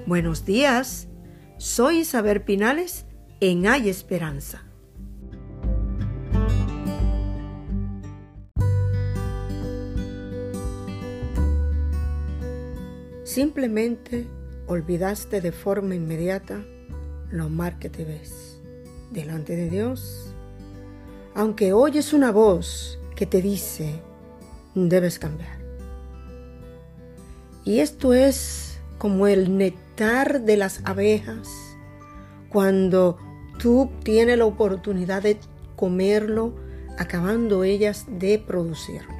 Buenos días, soy Isabel Pinales en Hay Esperanza. Simplemente olvidaste de forma inmediata lo mal que te ves delante de Dios, aunque oyes una voz que te dice, debes cambiar. Y esto es como el néctar de las abejas, cuando tú tienes la oportunidad de comerlo, acabando ellas de producirlo.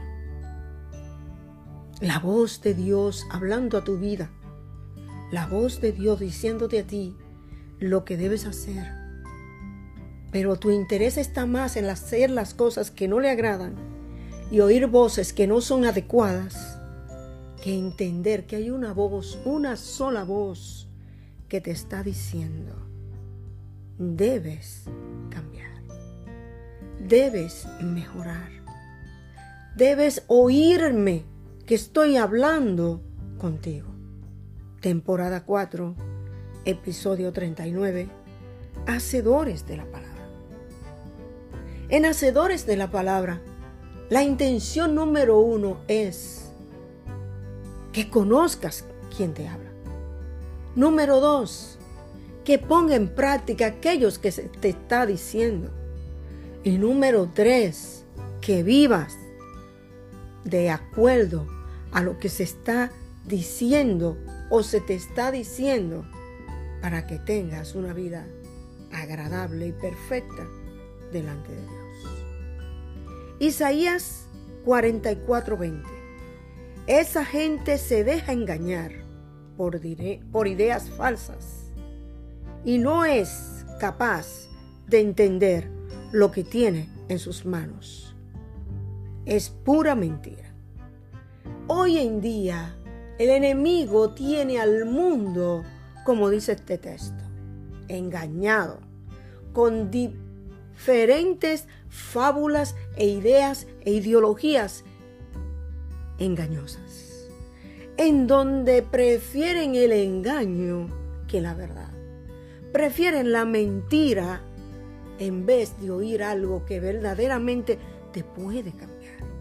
La voz de Dios hablando a tu vida, la voz de Dios diciéndote a ti lo que debes hacer. Pero tu interés está más en hacer las cosas que no le agradan y oír voces que no son adecuadas, que entender que hay una voz, una sola voz que te está diciendo, debes cambiar, debes mejorar, debes oírme que estoy hablando contigo. Temporada 4, episodio 39, Hacedores de la Palabra. En Hacedores de la Palabra, la intención número 1 es que conozcas quién te habla. Número 2, que ponga en práctica aquellos que te está diciendo. Y número 3, que vivas de acuerdo a lo que se está diciendo o se te está diciendo para que tengas una vida agradable y perfecta delante de Dios. Isaías 44:20. Esa gente se deja engañar por ideas falsas y no es capaz de entender lo que tiene en sus manos. Es pura mentira. Hoy en día, el enemigo tiene al mundo, como dice este texto, engañado, con diferentes fábulas e ideas e ideologías engañosas, en donde prefieren el engaño que la verdad. Prefieren la mentira en vez de oír algo que verdaderamente te puede cambiar.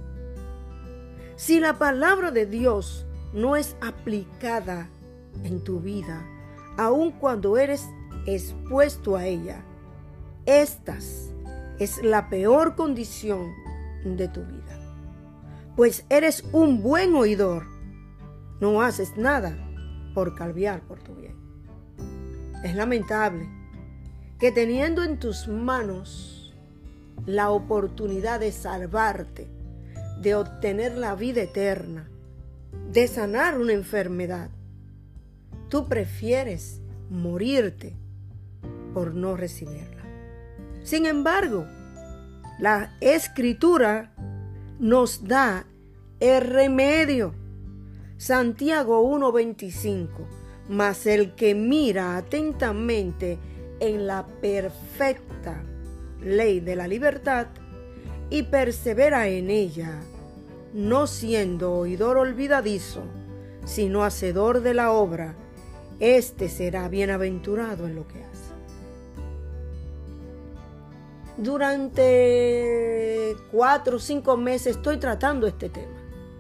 Si la palabra de Dios no es aplicada en tu vida, aun cuando eres expuesto a ella, esta es la peor condición de tu vida. Pues eres un buen oidor, no haces nada por cambiar por tu bien. Es lamentable que teniendo en tus manos la oportunidad de salvarte, de obtener la vida eterna, de sanar una enfermedad, tú prefieres morirte por no recibirla. Sin embargo, la Escritura nos da el remedio. Santiago 1:25. Mas el que mira atentamente en la perfecta ley de la libertad y persevera en ella, no siendo oidor olvidadizo, sino hacedor de la obra, éste será bienaventurado en lo que hace. Durante 4 o 5 meses estoy tratando este tema,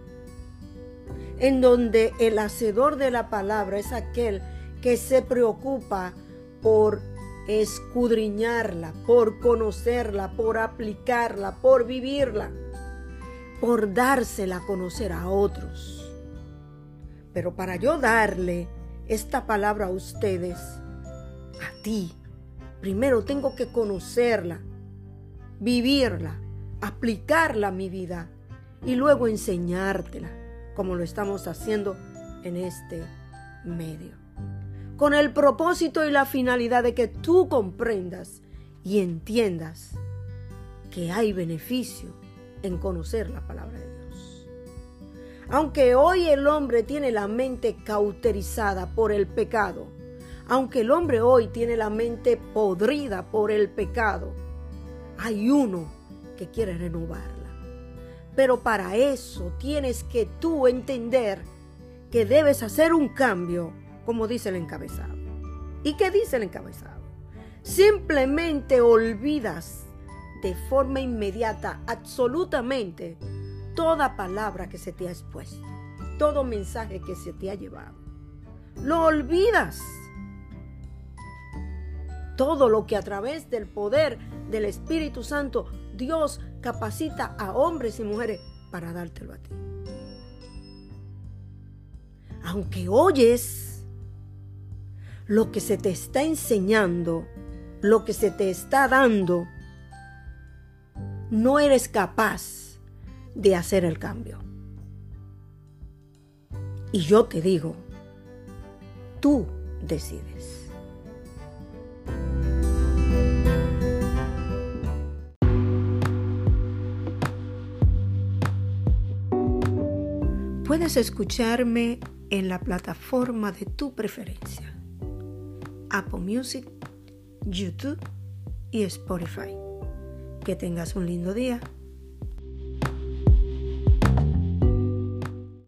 en donde el hacedor de la palabra es aquel que se preocupa por escudriñarla, por conocerla, por aplicarla, por vivirla, por dársela a conocer a otros. Pero para yo darle esta palabra a ustedes, a ti, primero tengo que conocerla, vivirla, aplicarla a mi vida y luego enseñártela, como lo estamos haciendo en este medio, con el propósito y la finalidad de que tú comprendas y entiendas que hay beneficio en conocer la palabra de Dios. Aunque hoy el hombre tiene la mente cauterizada por el pecado, aunque el hombre hoy tiene la mente podrida por el pecado, hay uno que quiere renovarla. Pero para eso tienes que tú entender que debes hacer un cambio como dice el encabezado. ¿Y qué dice el encabezado? Simplemente olvidas de forma inmediata, absolutamente, toda palabra que se te ha expuesto, todo mensaje que se te ha llevado. Lo olvidas. Todo lo que a través del poder del Espíritu Santo Dios capacita a hombres y mujeres para dártelo a ti. Aunque oyes lo que se te está enseñando, lo que se te está dando, no eres capaz de hacer el cambio. Y yo te digo, tú decides. Puedes escucharme en la plataforma de tu preferencia: Apple Music, YouTube y Spotify. Que tengas un lindo día.